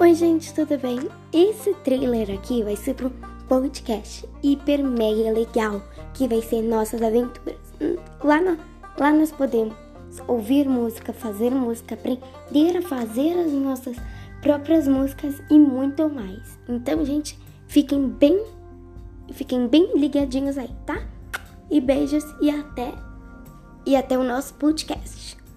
Oi gente, tudo bem? Esse trailer aqui vai ser para um podcast hiper mega legal, que vai ser nossas aventuras. Lá nós podemos ouvir música, fazer música, aprender a fazer as nossas próprias músicas e muito mais. Então, gente, fiquem bem ligadinhos aí, tá? E beijos e até o nosso podcast.